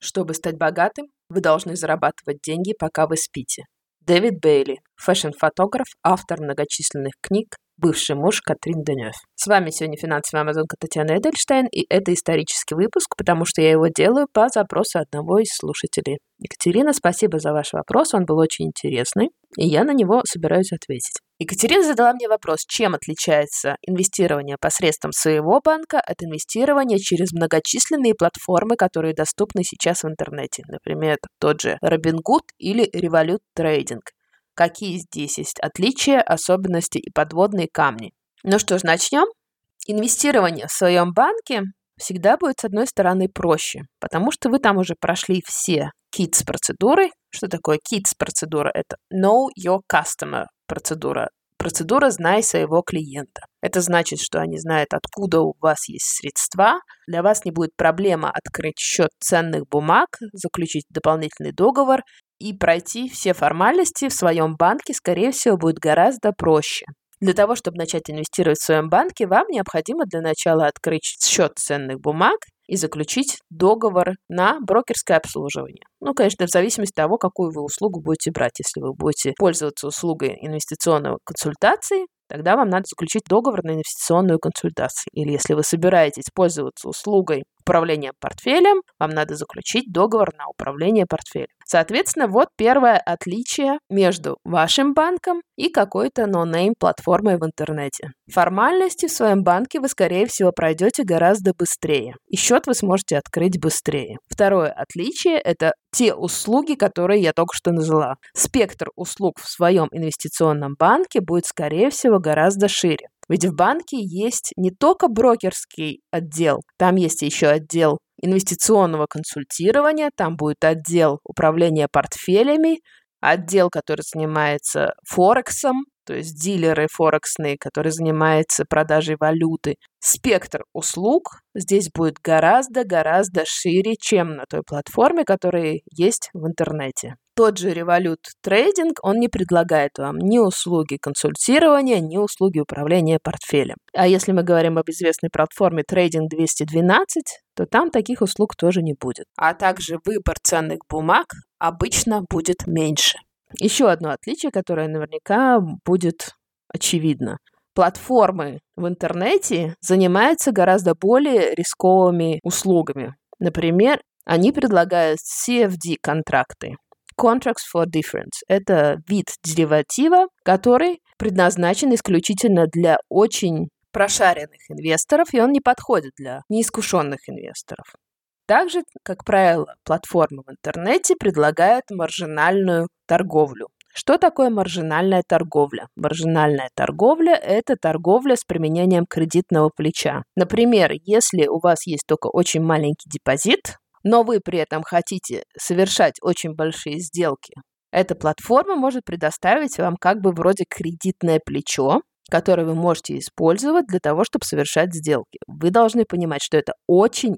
Чтобы стать богатым, вы должны зарабатывать деньги, пока вы спите. Дэвид Бейли, фэшн-фотограф, автор многочисленных книг, бывший муж Катрин Денев. С вами сегодня финансовая амазонка Татьяна Эдельштейн, и это исторический выпуск, потому что я его делаю по запросу одного из слушателей. Екатерина, спасибо за ваш вопрос, он был очень интересный, и я на него собираюсь ответить. Екатерина задала мне вопрос, чем отличается инвестирование посредством своего банка от инвестирования через многочисленные платформы, которые доступны сейчас в интернете. Например, тот же Robinhood или Revolut Trading. Какие здесь есть отличия, особенности и подводные камни? Ну что ж, начнем. Инвестирование в своем банке всегда будет, с одной стороны, проще, потому что вы там уже прошли все KIDS-процедуры. Что такое KIDS-процедура? Это Know Your Customer процедура. Процедура «Знай своего клиента». Это значит, что они знают, откуда у вас есть средства. Для вас не будет проблема открыть счет ценных бумаг, заключить дополнительный договор и пройти все формальности в своем банке, скорее всего, будет гораздо проще. Для того, чтобы начать инвестировать в своем банке, вам необходимо для начала открыть счет ценных бумаг и заключить договор на брокерское обслуживание. Ну, конечно, в зависимости от того, какую вы услугу будете брать. Если вы будете пользоваться услугой инвестиционной консультации, тогда вам надо заключить договор на инвестиционную консультацию. Или если вы собираетесь пользоваться услугой управления портфелем, вам надо заключить договор на управление портфелем. Соответственно, вот первое отличие между вашим банком и какой-то no-name платформой в интернете. Формальности в своем банке вы, скорее всего, пройдете гораздо быстрее. И счет вы сможете открыть быстрее. Второе отличие – это те услуги, которые я только что назвала. Спектр услуг в своем инвестиционном банке будет, скорее всего, гораздо шире. Ведь в банке есть не только брокерский отдел, там есть еще отдел инвестиционного консультирования, там будет отдел управления портфелями, отдел, который занимается Форексом, то есть дилеры форексные, которые занимаются продажей валюты. Спектр услуг здесь будет гораздо шире, чем на той платформе, которая есть в интернете. Тот же Revolut Trading, он не предлагает вам ни услуги консультирования, ни услуги управления портфелем. А если мы говорим об известной платформе Trading 212, то там таких услуг тоже не будет. А также выбор ценных бумаг обычно будет меньше. Еще одно отличие, которое наверняка будет очевидно. Платформы в интернете занимаются гораздо более рисковыми услугами. Например, они предлагают CFD-контракты. Contracts for Difference. Это вид дериватива, который предназначен исключительно для очень прошаренных инвесторов, и он не подходит для неискушенных инвесторов. Также, как правило, платформы в интернете предлагают маржинальную торговлю. Что такое маржинальная торговля? Маржинальная торговля – это торговля с применением кредитного плеча. Например, если у вас есть только очень маленький депозит, но вы при этом хотите совершать очень большие сделки, эта платформа может предоставить вам как бы вроде кредитное плечо, которое вы можете использовать для того, чтобы совершать сделки. Вы должны понимать, что это очень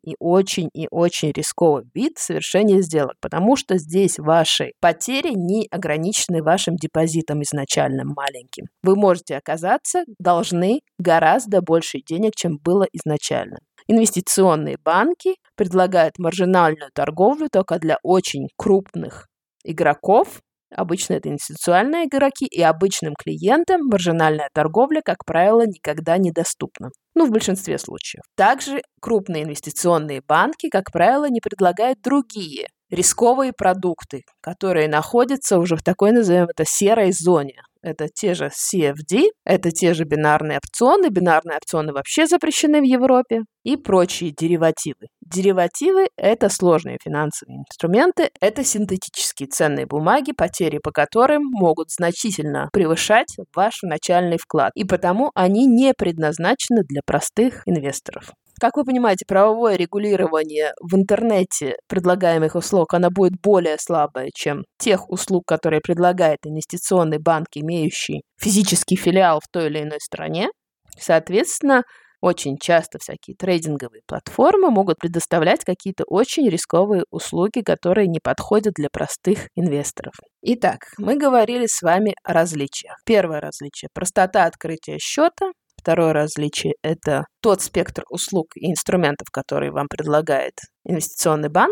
рисковый вид совершения сделок, потому что здесь ваши потери не ограничены вашим депозитом изначально маленьким. Вы можете оказаться должны гораздо больше денег, чем было изначально. Инвестиционные банки предлагают маржинальную торговлю только для очень крупных игроков. Обычно это институциональные игроки, и обычным клиентам маржинальная торговля, как правило, никогда не доступна. В большинстве случаев. Также крупные инвестиционные банки, как правило, не предлагают другие рисковые продукты, которые находятся уже в такой, назовем это, серой зоне. Это те же CFD, это те же бинарные опционы. Бинарные опционы вообще запрещены в Европе. И прочие деривативы. Деривативы – это сложные финансовые инструменты, это синтетические ценные бумаги, потери по которым могут значительно превышать ваш начальный вклад. И потому они не предназначены для простых инвесторов. Как вы понимаете, правовое регулирование в интернете предлагаемых услуг, оно будет более слабое, чем тех услуг, которые предлагает инвестиционный банк, имеющий физический филиал в той или иной стране. Соответственно, очень часто всякие трейдинговые платформы могут предоставлять какие-то очень рисковые услуги, которые не подходят для простых инвесторов. Итак, мы говорили с вами о различиях. Первое различие – простота открытия счета. Второе различие – это тот спектр услуг и инструментов, которые вам предлагает инвестиционный банк.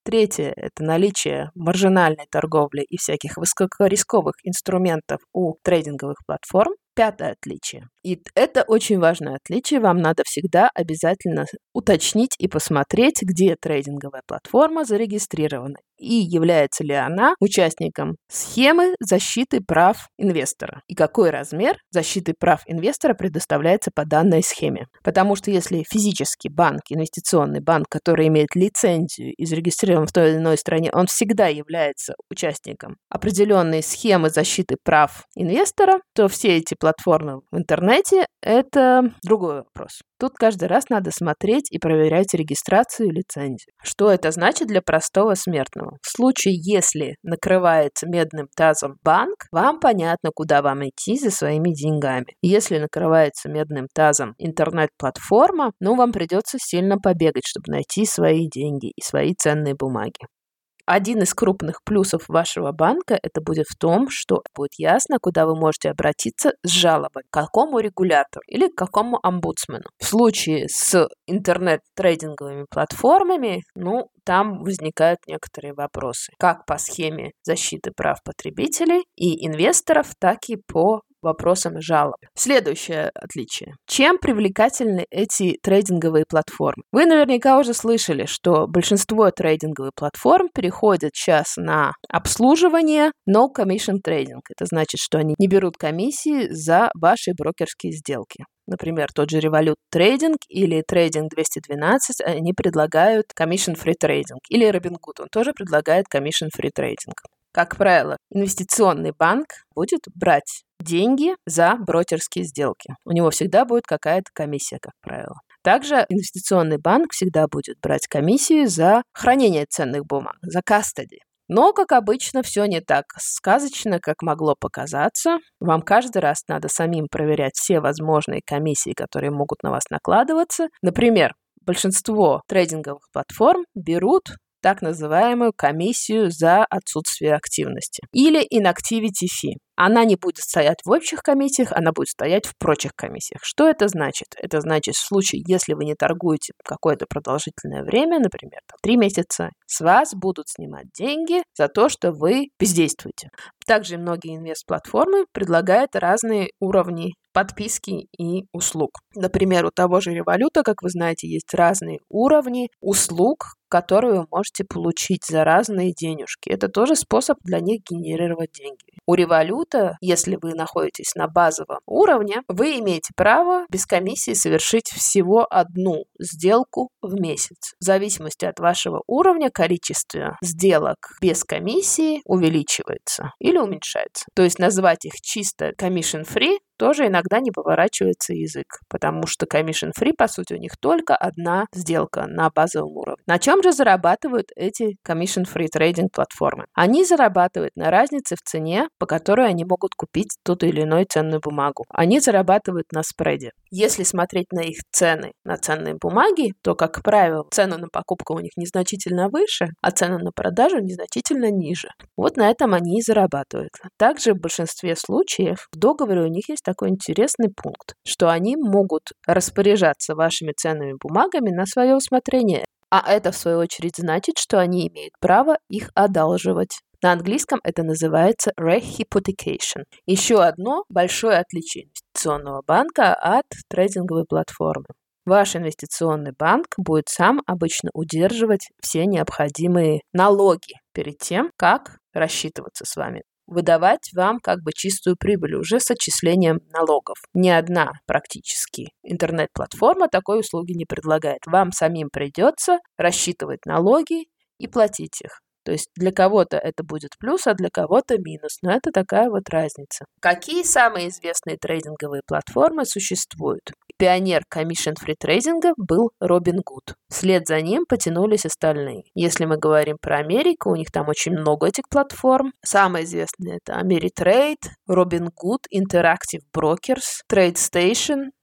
Третье – это наличие маржинальной торговли и всяких высокорисковых инструментов у трейдинговых платформ. Пятое отличие. И это очень важное отличие. Вам надо всегда обязательно уточнить и посмотреть, где трейдинговая платформа зарегистрирована и является ли она участником схемы защиты прав инвестора и какой размер защиты прав инвестора предоставляется по данной схеме. Потому что если физический банк, инвестиционный банк, который имеет лицензию и зарегистрирован в той или иной стране, он всегда является участником определенной схемы защиты прав инвестора, то все эти платформы в интернете – это другой вопрос. Тут каждый раз надо смотреть и проверять регистрацию и лицензию. Что это значит для простого смертного? В случае, если накрывается медным тазом банк, вам понятно, куда вам идти за своими деньгами. Если накрывается медным тазом интернет-платформа, вам придется сильно побегать, чтобы найти свои деньги и свои ценные бумаги. Один из крупных плюсов вашего банка это будет в том, что будет ясно, куда вы можете обратиться с жалобой, к какому регулятору или к какому омбудсмену. В случае с интернет-трейдинговыми платформами, там возникают некоторые вопросы, как по схеме защиты прав потребителей и инвесторов, так и по вопросам жалоб. Следующее отличие. Чем привлекательны эти трейдинговые платформы? Вы наверняка уже слышали, что большинство трейдинговых платформ переходят сейчас на обслуживание no commission trading. Это значит, что они не берут комиссии за ваши брокерские сделки. Например, тот же Revolut Trading или Trading 212, они предлагают commission-free trading. Или Robinhood, он тоже предлагает commission-free trading. Как правило, инвестиционный банк будет брать деньги за брокерские сделки. У него всегда будет какая-то комиссия, как правило. Также инвестиционный банк всегда будет брать комиссию за хранение ценных бумаг, за custody. Но, как обычно, все не так сказочно, как могло показаться. Вам каждый раз надо самим проверять все возможные комиссии, которые могут на вас накладываться. Например, большинство трейдинговых платформ берут так называемую комиссию за отсутствие активности или inactivity fee. Она не будет стоять в общих комиссиях, она будет стоять в прочих комиссиях. Что это значит? Это значит, в случае, если вы не торгуете какое-то продолжительное время, например, 3 месяца, с вас будут снимать деньги за то, что вы бездействуете. Также многие инвест-платформы предлагают разные уровни подписки и услуг. Например, у того же Revolut, как вы знаете, есть разные уровни услуг, которые вы можете получить за разные денежки. Это тоже способ для них генерировать деньги. У Revolut, если вы находитесь на базовом уровне, вы имеете право без комиссии совершить всего одну сделку в месяц. В зависимости от вашего уровня количество сделок без комиссии увеличивается или уменьшается. То есть назвать их чисто commission-free тоже иногда не поворачивается язык, потому что commission-free, по сути, у них только одна сделка на базовом уровне. На чем же зарабатывают эти commission-free трейдинг платформы? Они зарабатывают на разнице в цене, по которой они могут купить ту или иную ценную бумагу. Они зарабатывают на спреде. Если смотреть на их цены на ценные бумаги, то, как правило, цены на покупку у них незначительно выше, а цены на продажу незначительно ниже. Вот на этом они и зарабатывают. Также в большинстве случаев в договоре у них есть такой интересный пункт, что они могут распоряжаться вашими ценными бумагами на свое усмотрение. А это, в свою очередь, значит, что они имеют право их одалживать. На английском это называется rehypothecation. Еще одно большое отличие инвестиционного банка от трейдинговой платформы. Ваш инвестиционный банк будет сам обычно удерживать все необходимые налоги перед тем, как рассчитываться с вами. Выдавать вам как бы чистую прибыль уже с отчислением налогов. Ни одна практически интернет-платформа такой услуги не предлагает. Вам самим придется рассчитывать налоги и платить их. То есть для кого-то это будет плюс, а для кого-то минус. Но это такая вот разница. Какие самые известные трейдинговые платформы существуют? Пионер commission-free трейдинга был Robinhood. Вслед за ним потянулись остальные. Если мы говорим про Америку, у них там очень много этих платформ. Самые известные это Ameritrade, Robinhood, Interactive Brokers, TradeStation,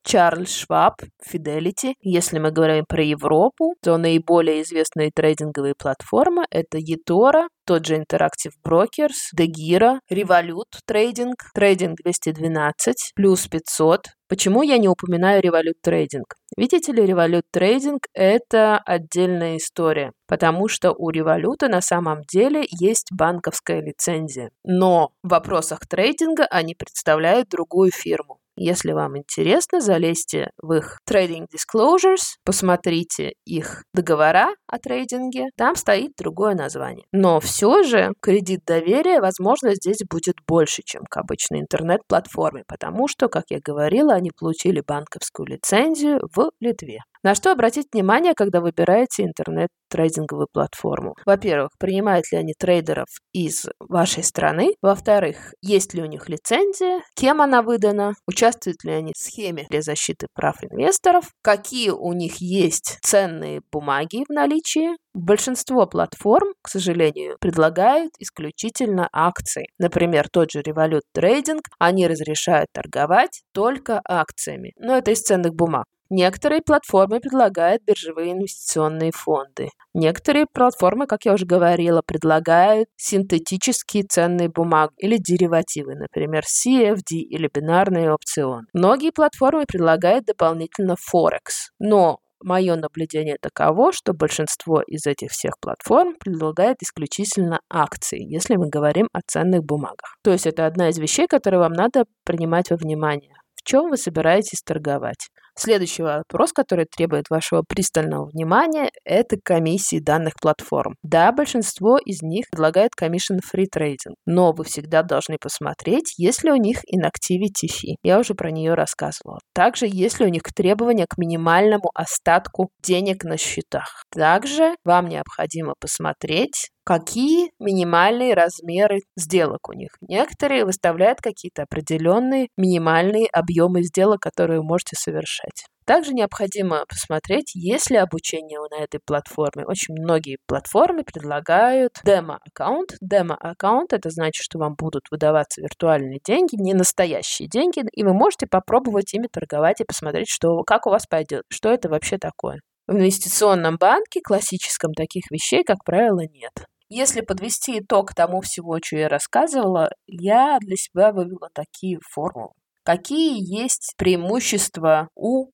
Charles Schwab, Fidelity. Если мы говорим про Европу, то наиболее известные трейдинговые платформы – это eToro, тот же Interactive Brokers, DeGiro, Revolut Trading, Trading 212, Plus 500. Почему я не упоминаю Revolut Trading? Видите ли, Revolut Trading – это отдельная история, потому что у Revolut на самом деле есть банковская лицензия. Но в вопросах трейдинга они представляют другую фирму. Если вам интересно, залезьте в их Trading Disclosures, посмотрите их договора о трейдинге, там стоит другое название. Но все же кредит доверия, возможно, здесь будет больше, чем к обычной интернет-платформе, потому что, как я говорила, они получили банковскую лицензию в Литве. На что обратить внимание, когда выбираете интернет-трейдинговую платформу? Во-первых, принимают ли они трейдеров из вашей страны? Во-вторых, есть ли у них лицензия? Кем она выдана? Участвуют ли они в схеме для защиты прав инвесторов? Какие у них есть ценные бумаги в наличии? Большинство платформ, к сожалению, предлагают исключительно акции. Например, тот же Revolut Trading, они разрешают торговать только акциями. Но это из ценных бумаг. Некоторые платформы предлагают биржевые инвестиционные фонды. Некоторые платформы, как я уже говорила, предлагают синтетические ценные бумаги или деривативы, например, CFD или бинарные опционы. Многие платформы предлагают дополнительно Форекс, но мое наблюдение таково, что большинство из этих всех платформ предлагает исключительно акции, если мы говорим о ценных бумагах. То есть это одна из вещей, которые вам надо принимать во внимание. В чем вы собираетесь торговать? Следующий вопрос, который требует вашего пристального внимания, это комиссии данных платформ. Да, большинство из них предлагает commission-free trading, но вы всегда должны посмотреть, есть ли у них inactivity fee. Я уже про нее рассказывала. Также, есть ли у них требования к минимальному остатку денег на счетах. Также вам необходимо посмотреть, какие минимальные размеры сделок у них. Некоторые выставляют какие-то определенные минимальные объемы сделок, которые вы можете совершать. Также необходимо посмотреть, есть ли обучение на этой платформе. Очень многие платформы предлагают демо-аккаунт. Демо-аккаунт – это значит, что вам будут выдаваться виртуальные деньги, не настоящие деньги, и вы можете попробовать ими торговать и посмотреть, как у вас пойдет, что это вообще такое. В инвестиционном банке, классическом, таких вещей, как правило, нет. Если подвести итог тому всего, что я рассказывала, я для себя вывела такие формулы. Какие есть преимущества у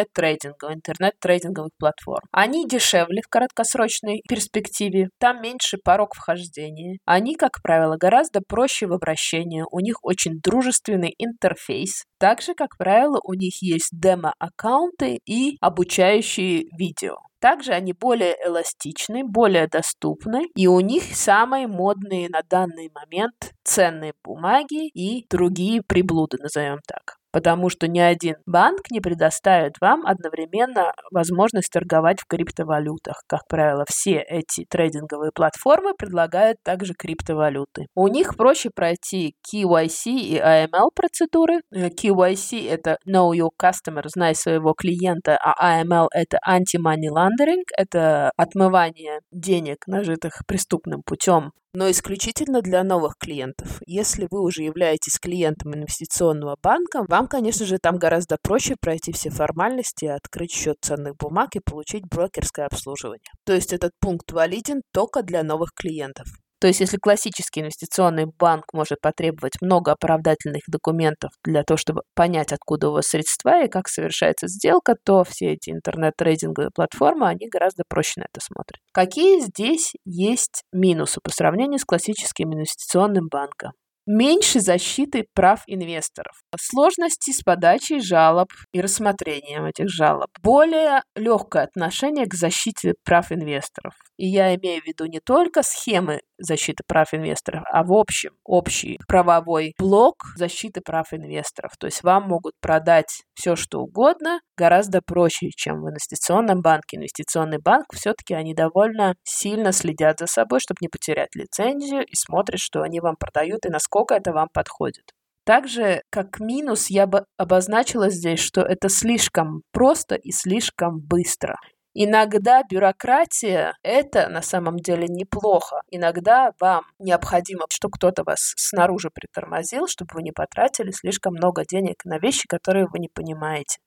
интернет-трейдинговых платформ? Они дешевле в краткосрочной перспективе, там меньше порог вхождения. Они, как правило, гораздо проще в обращении, у них очень дружественный интерфейс. Также, как правило, у них есть демо-аккаунты и обучающие видео. Также они более эластичны, более доступны, и у них самые модные на данный момент ценные бумаги и другие приблуды, назовем так. Потому что ни один банк не предоставит вам одновременно возможность торговать в криптовалютах. Как правило, все эти трейдинговые платформы предлагают также криптовалюты. У них проще пройти KYC и AML процедуры. KYC – это Know Your Customer, знай своего клиента, а AML – это Anti-Money Laundering, это отмывание денег, нажитых преступным путем, но исключительно для новых клиентов. Если вы уже являетесь клиентом инвестиционного банка, вам, конечно же, там гораздо проще пройти все формальности, открыть счет ценных бумаг и получить брокерское обслуживание. То есть этот пункт валиден только для новых клиентов. То есть если классический инвестиционный банк может потребовать много оправдательных документов для того, чтобы понять, откуда у вас средства и как совершается сделка, то все эти интернет-трейдинговые платформы, они гораздо проще на это смотрят. Какие здесь есть минусы по сравнению с классическим инвестиционным банком? Меньше защиты прав инвесторов. Сложности с подачей жалоб и рассмотрением этих жалоб. Более легкое отношение к защите прав инвесторов. И я имею в виду не только схемы защиты прав инвесторов, а в общем общий правовой блок защиты прав инвесторов. То есть вам могут продать все, что угодно, гораздо проще, чем в инвестиционном банке. Инвестиционный банк все-таки они довольно сильно следят за собой, чтобы не потерять лицензию, и смотрят, что они вам продают и насколько это вам подходит. Также, как минус, я бы обозначила здесь, что это слишком просто и слишком быстро. Иногда бюрократия – это на самом деле неплохо. Иногда вам необходимо, чтобы кто-то вас снаружи притормозил, чтобы вы не потратили слишком много денег на вещи, которые вы не понимаете.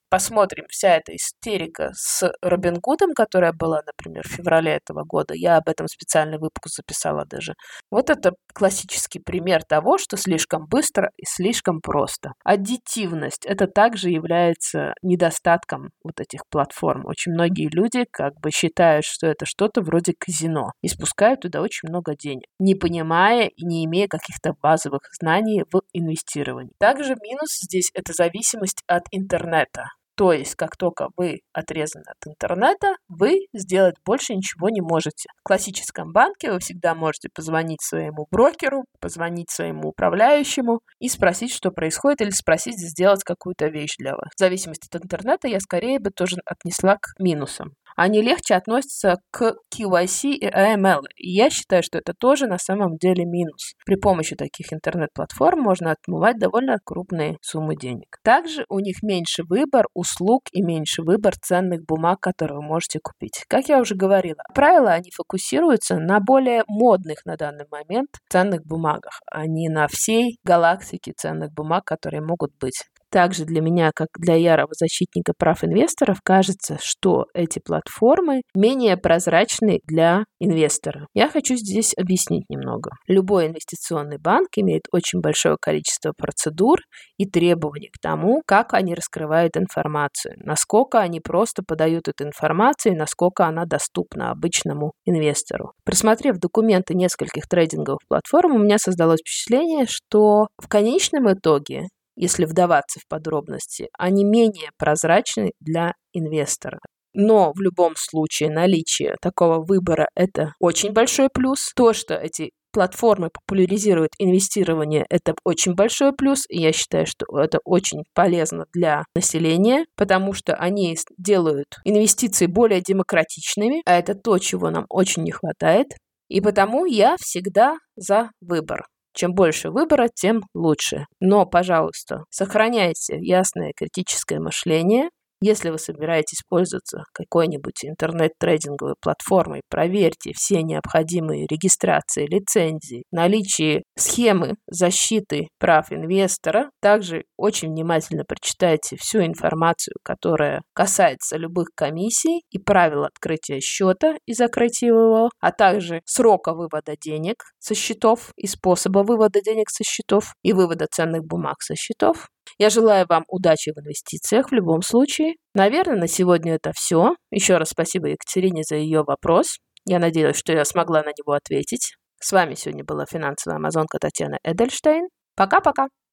посмотрим, вся эта истерика с Робингудом, которая была, например, в феврале этого года, я об этом специальный выпуск записала даже. Вот это классический пример того, что слишком быстро и слишком просто. Аддитивность – это также является недостатком вот этих платформ. Очень многие люди как бы считают, что это что-то вроде казино и спускают туда очень много денег, не понимая и не имея каких-то базовых знаний в инвестировании. Также минус здесь – это зависимость от интернета. То есть, как только вы отрезаны от интернета, вы сделать больше ничего не можете. В классическом банке вы всегда можете позвонить своему брокеру, позвонить своему управляющему и спросить, что происходит, или спросить сделать какую-то вещь для вас. В зависимости от интернета я скорее бы тоже отнесла к минусам. Они легче относятся к KYC и AML. И я считаю, что это тоже на самом деле минус. При помощи таких интернет-платформ можно отмывать довольно крупные суммы денег. Также у них меньше выбор услуг и меньше выбор ценных бумаг, которые вы можете купить. Как я уже говорила, правила, они фокусируются на более модных на данный момент ценных бумагах, а не на всей галактике ценных бумаг, которые могут быть. Также для меня, как для ярого защитника прав инвесторов, кажется, что эти платформы менее прозрачны для инвестора. Я хочу здесь объяснить немного. Любой инвестиционный банк имеет очень большое количество процедур и требований к тому, как они раскрывают информацию, насколько они просто подают эту информацию и насколько она доступна обычному инвестору. Просмотрев документы нескольких трейдинговых платформ, у меня создалось впечатление, что в конечном итоге, если вдаваться в подробности, они менее прозрачны для инвестора. Но в любом случае наличие такого выбора – это очень большой плюс. То, что эти платформы популяризируют инвестирование, это очень большой плюс. И я считаю, что это очень полезно для населения, потому что они делают инвестиции более демократичными, а это то, чего нам очень не хватает. И потому я всегда за выбор. Чем больше выбора, тем лучше. Но, пожалуйста, сохраняйте ясное критическое мышление. Если вы собираетесь пользоваться какой-нибудь интернет-трейдинговой платформой, проверьте все необходимые регистрации, лицензии, наличие схемы защиты прав инвестора. Также очень внимательно прочитайте всю информацию, которая касается любых комиссий и правил открытия счета и закрытия его, а также срока вывода денег со счетов и способа вывода денег со счетов и вывода ценных бумаг со счетов. Я желаю вам удачи в инвестициях в любом случае. Наверное, на сегодня это все. Еще раз спасибо Екатерине за ее вопрос. Я надеюсь, что я смогла на него ответить. С вами сегодня была финансовая амазонка Татьяна Эдельштейн. Пока-пока!